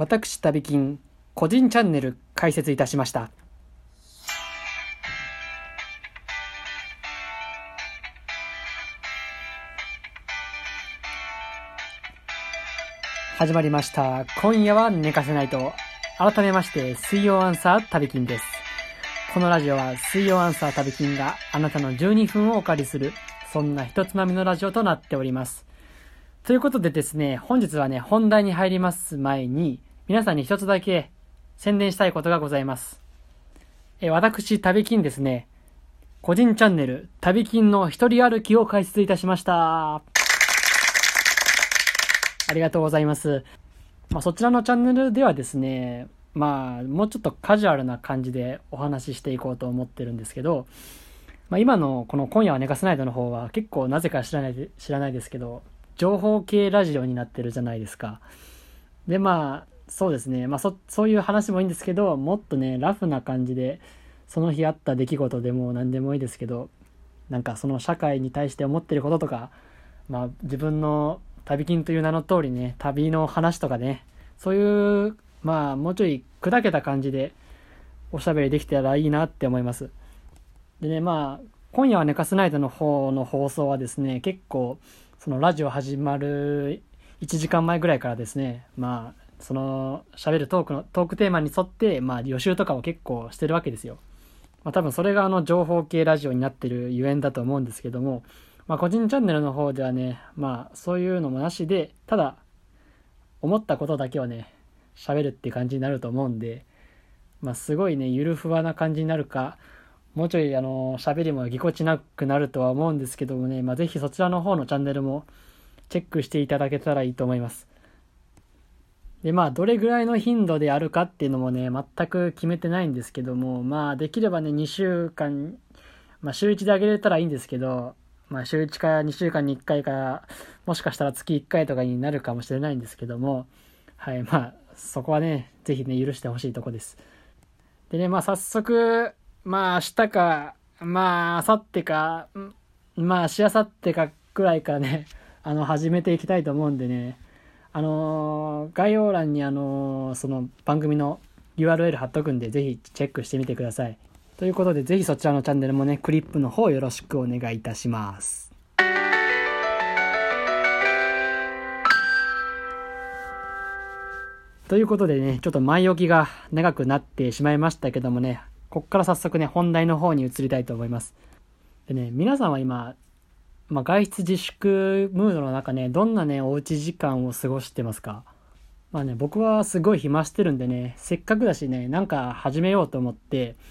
私旅金個人チャンネル開設いたしました。始まりました。今夜は寝かせないと。改めまして水曜アンサー旅金です。このラジオは水曜アンサー旅金があなたの12分をお借りする、そんな一つまみのラジオとなっております。ということでですね、本日はね、本題に入ります前に皆さんに一つだけ宣伝したいことがございます。私旅金ですね、個人チャンネル旅金の一人歩きを開設いたしました。ありがとうございます。そちらのチャンネルではですね、もうちょっとカジュアルな感じでお話ししていこうと思ってるんですけど、今のこの今夜は寝かせないとの方は結構なぜか知らないですけど、情報系ラジオになってるじゃないですか。でそうですね、そういう話もいいんですけど、もっとねラフな感じで、その日あった出来事でも何でもいいですけど、なんかその社会に対して思ってることとか、自分の旅金という名の通りね、旅の話とかね、そういうもうちょい砕けた感じでおしゃべりできたらいいなって思います。でね、今夜は寝かせないとの方の放送はですね、結構そのラジオ始まる1時間前ぐらいからですね、その喋るトークテーマに沿って予習とかを結構してるわけですよ。多分それが情報系ラジオになってるゆえんだと思うんですけども、個人チャンネルの方ではね、そういうのもなしで、ただ思ったことだけをね喋るっていう感じになると思うんで、すごいねゆるふわな感じになるか、もうちょい喋りもぎこちなくなるとは思うんですけどもね、ぜひそちらの方のチャンネルもチェックしていただけたらいいと思います。でどれぐらいの頻度でやるかっていうのもね全く決めてないんですけども、できればね2週間、週1であげれたらいいんですけど、週1か2週間に1回か、もしかしたら月1回とかになるかもしれないんですけども、はい、そこはねぜひね許してほしいとこです。でね、早速明日か明後日かしあさってかくらいからね始めていきたいと思うんでね、概要欄にその番組の URL 貼っとくんで、ぜひチェックしてみてください。ということで、ぜひそちらのチャンネルもねクリップの方よろしくお願いいたします。ということでね、ちょっと前置きが長くなってしまいましたけどもね、こっから早速ね本題の方に移りたいと思います。でね、皆さんは今、外出自粛ムードの中ね、どんなねおうち時間を過ごしてますか？僕はすごい暇してるんでね、せっかくだしね、なんか始めようと思って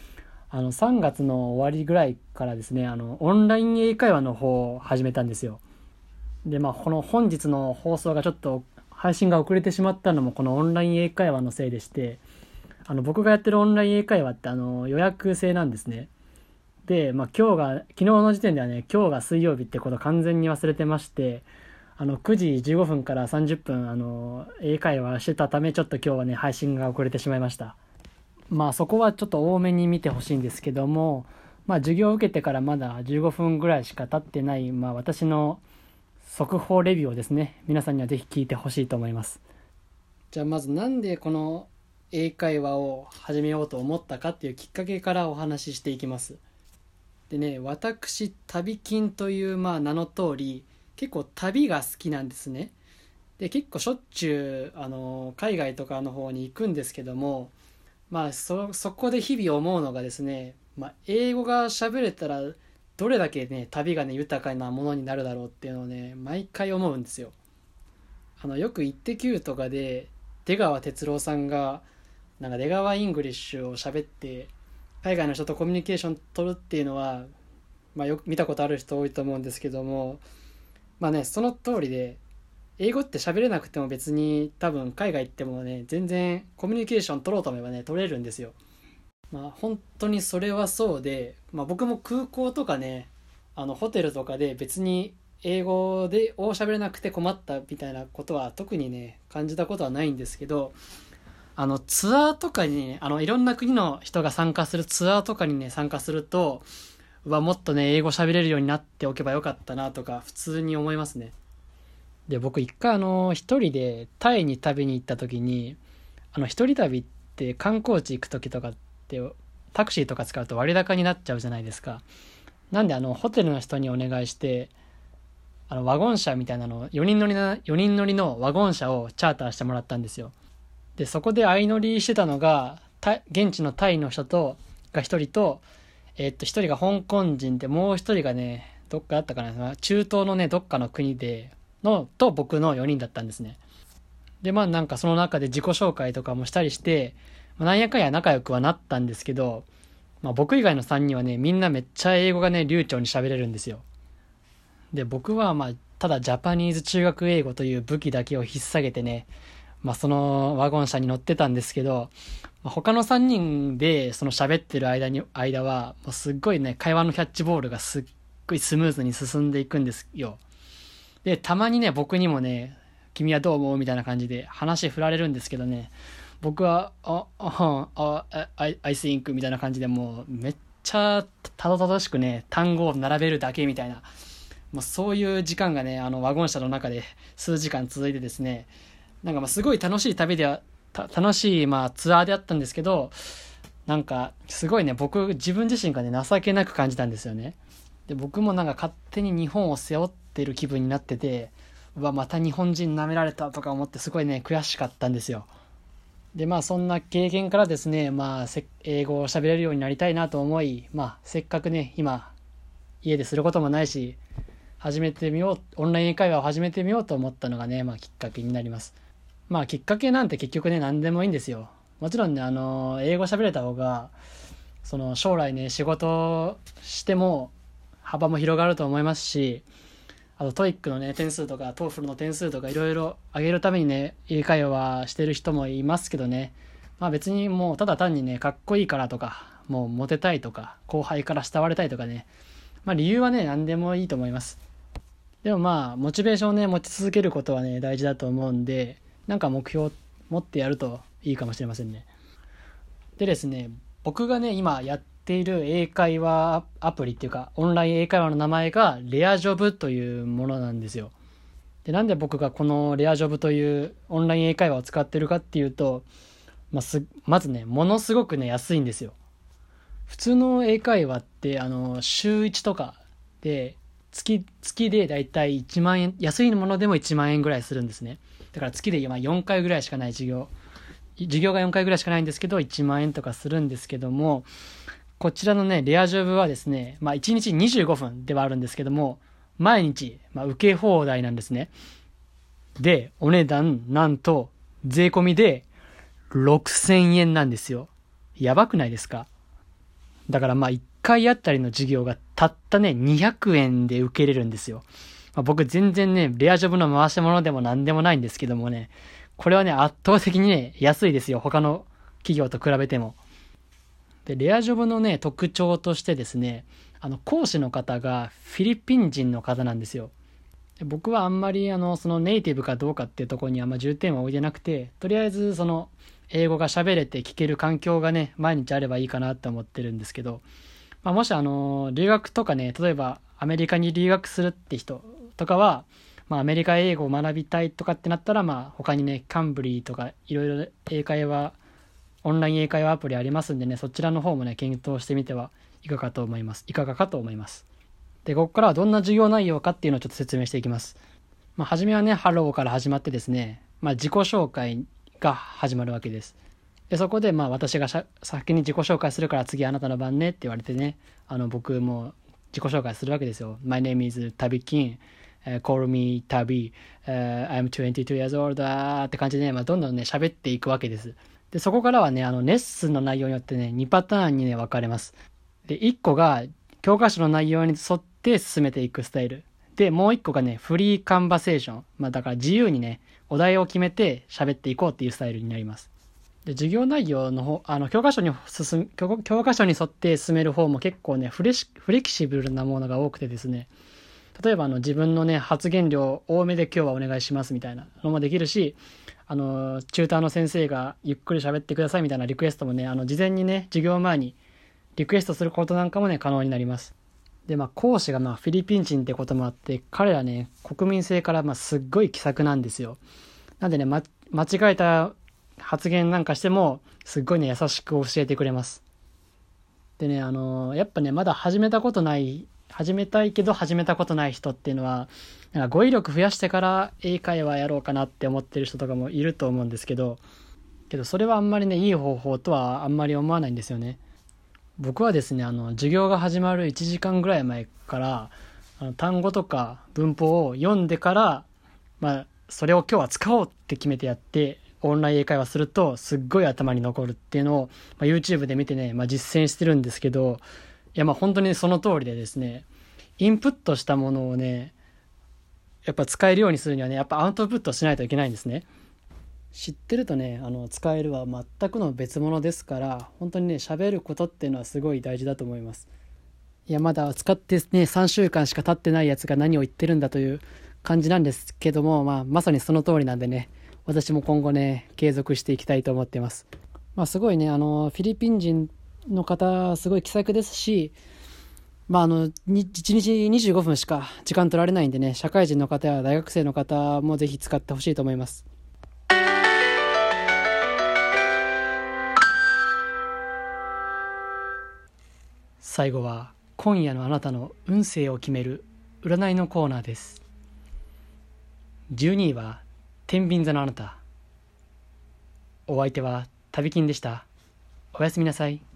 、3月の終わりぐらいからですね、オンライン英会話の方を始めたんですよ。でこの本日の放送がちょっと配信が遅れてしまったのもこのオンライン英会話のせいでして、僕がやってるオンライン英会話って予約制なんですね。で昨日の時点ではね、今日が水曜日ってこと完全に忘れてまして、9時15分から30分英会話してたため、ちょっと今日はね配信が遅れてしまいました。そこはちょっと多めに見てほしいんですけども、授業を受けてからまだ15分ぐらいしか経ってない、私の速報レビューをですね、皆さんにはぜひ聞いてほしいと思います。じゃあまずなんでこの英会話を始めようと思ったかっていうきっかけからお話ししていきます。でね、私旅金という名の通り、結構旅が好きなんですね。で結構しょっちゅう海外とかの方に行くんですけども、そこで日々思うのがですね、英語が喋れたらどれだけね旅がね豊かなものになるだろうっていうのをね毎回思うんですよ。よくイッテ Q とかで出川哲朗さんがなんか出川イングリッシュを喋って海外の人とコミュニケーション取るっていうのは、よく見たことある人多いと思うんですけども、その通りで、英語って喋れなくても別に多分海外行ってもね全然コミュニケーション取ろうと思えばね取れるんですよ。本当にそれはそうで、僕も空港とかねホテルとかで別に英語で喋れなくて困ったみたいなことは特にね感じたことはないんですけど、ツアーとかにねいろんな国の人が参加するツアーとかにね参加すると、もっとね英語喋れるようになっておけばよかったなとか普通に思いますね。で僕一回一人でタイに食べに行った時に一人旅って観光地行く時とかってタクシーとか使うと割高になっちゃうじゃないですか。なんでホテルの人にお願いして、ワゴン車みたいなの、4人乗りのワゴン車をチャーターしてもらったんですよ。で、そこで相乗りしてたのが、現地のタイの人が一人と、一人が香港人で、もう一人がね、どっかだったかな、中東のね、どっかの国と僕の4人だったんですね。で、なんかその中で自己紹介とかもしたりして、なんやかんや仲良くはなったんですけど、僕以外の3人はね、みんなめっちゃ英語がね、流暢に喋れるんですよ。で、僕はただジャパニーズ中学英語という武器だけを引っ提げてね、そのワゴン車に乗ってたんですけど、他の3人でその喋ってる間は、もうすっごいね、会話のキャッチボールがすっごいスムーズに進んでいくんですよ。で、たまにね、僕にもね、君はどう思うみたいな感じで話振られるんですけどね、僕は、I think みたいな感じでもうめっちゃたどたどしくね、単語を並べるだけみたいな、もうそういう時間がね、ワゴン車の中で数時間続いてですね、なんかすごい楽しい旅では、楽しいツアーであったんですけど、なんかすごいね、自分自身がね、情けなく感じたんですよね。で、僕もなんか勝手に日本を背負ってる気分になってて、また日本人舐められたとか思ってすごいね、悔しかったんですよ。で、そんな経験からですね、英語を喋れるようになりたいなと思い、せっかくね、今、家ですることもないし、オンライン英会話を始めてみようと思ったのがね、きっかけになります。きっかけなんて結局ね、何でもいいんですよ。もちろんね、英語喋れた方が、将来ね、仕事しても、幅も広がると思いますし、あとトイックのね、点数とか、トーフルの点数とかいろいろ上げるためにね、英会話してる人もいますけどね、別にもうただ単にね、かっこいいからとか、もうモテたいとか、後輩から慕われたいとかね、理由はね、何でもいいと思います。でもモチベーションをね、持ち続けることはね、大事だと思うんで、なんか目標を持ってやるといいかもしれませんね。でですね、僕がね、今やっている英会話アプリっていうか、オンライン英会話の名前がレアジョブというものなんですよ。で、なんで僕がこのレアジョブというオンライン英会話を使ってるかっていうと、まずね、ものすごくね、安いんですよ。普通の英会話って週1とかで月でだいたい1万円、安いものでも1万円ぐらいするんですね。だから月で4回ぐらいしかない授業が4回ぐらいしかないんですけど、1万円とかするんですけども、こちらのね、レアジョブはですね、1日25分ではあるんですけども、毎日、受け放題なんですね。で、お値段、なんと、税込みで6000円なんですよ。やばくないですか？だから1回あたりの授業がたったね、200円で受けれるんですよ。僕全然ね、レアジョブの回し物でも何でもないんですけどもね、これはね、圧倒的にね、安いですよ。他の企業と比べても。で、レアジョブのね、特徴としてですね、講師の方がフィリピン人の方なんですよ。で、僕はあんまりそのネイティブかどうかっていうところにあんま重点は置いてなくて、とりあえずその英語が喋れて聞ける環境がね、毎日あればいいかなって思ってるんですけど、もし留学とかね、例えばアメリカに留学するって人とかは、アメリカ英語を学びたいとかってなったら、他にね、カンブリーとかいろいろオンライン英会話アプリありますんでね、そちらの方もね、検討してみてはいかがかと思います。で、ここからはどんな授業内容かっていうのをちょっと説明していきます。初めはね、ハローから始まってですね、自己紹介が始まるわけです。で、そこで私が先に自己紹介するから次あなたの番ねって言われてね、僕も自己紹介するわけですよ。My name is タビキン。call me タビ。I'm 22 years old って感じでね、どんどんね、喋っていくわけです。で、そこからはね、レッスンの内容によってね、2パターンにね、分かれます。で、1個が教科書の内容に沿って進めていくスタイル。で、もう1個がね、フリーカンバセーション。だから自由にね、お題を決めて喋っていこうっていうスタイルになります。で、授業内容の方、教科書に沿って進める方も結構ね、フレキシブルなものが多くてですね、例えば自分のね、発言量多めで今日はお願いしますみたいなのもできるし、チューターの先生がゆっくり喋ってくださいみたいなリクエストもね、事前にね、授業前にリクエストすることなんかもね、可能になります。で、講師がフィリピン人ってこともあって、彼らね、国民性からすっごい気さくなんですよ。なんでね、間違えた発言なんかしてもすっごいね優しく教えてくれます。でねやっぱねまだ始めたいけど始めたことない人っていうのはなんか語彙力増やしてから英会話やろうかなって思ってる人とかもいると思うんですけど、それはあんまりねいい方法とはあんまり思わないんですよね。僕はですね授業が始まる1時間ぐらい前から単語とか文法を読んでから、それを今日は使おうって決めてやってオンライン英会話するとすっごい頭に残るっていうのを、YouTube で見てね、実践してるんですけど、いや本当にその通りでですね、インプットしたものをねやっぱ使えるようにするにはねやっぱアウトプットしないといけないんですね。知ってるとね使えるは全くの別物ですから、本当にね喋ることっていうのはすごい大事だと思います。いやまだ使ってね3週間しか経ってないやつが何を言ってるんだという感じなんですけども、まさにその通りなんでね、私も今後ね継続していきたいと思っています。すごいねフィリピン人の方すごい気さくですし、1日25分しか時間取られないんでね、社会人の方や大学生の方もぜひ使ってほしいと思います。最後は今夜のあなたの運勢を決める占いのコーナーです。12位は天秤座のあなた。お相手は旅金でした。おやすみなさい。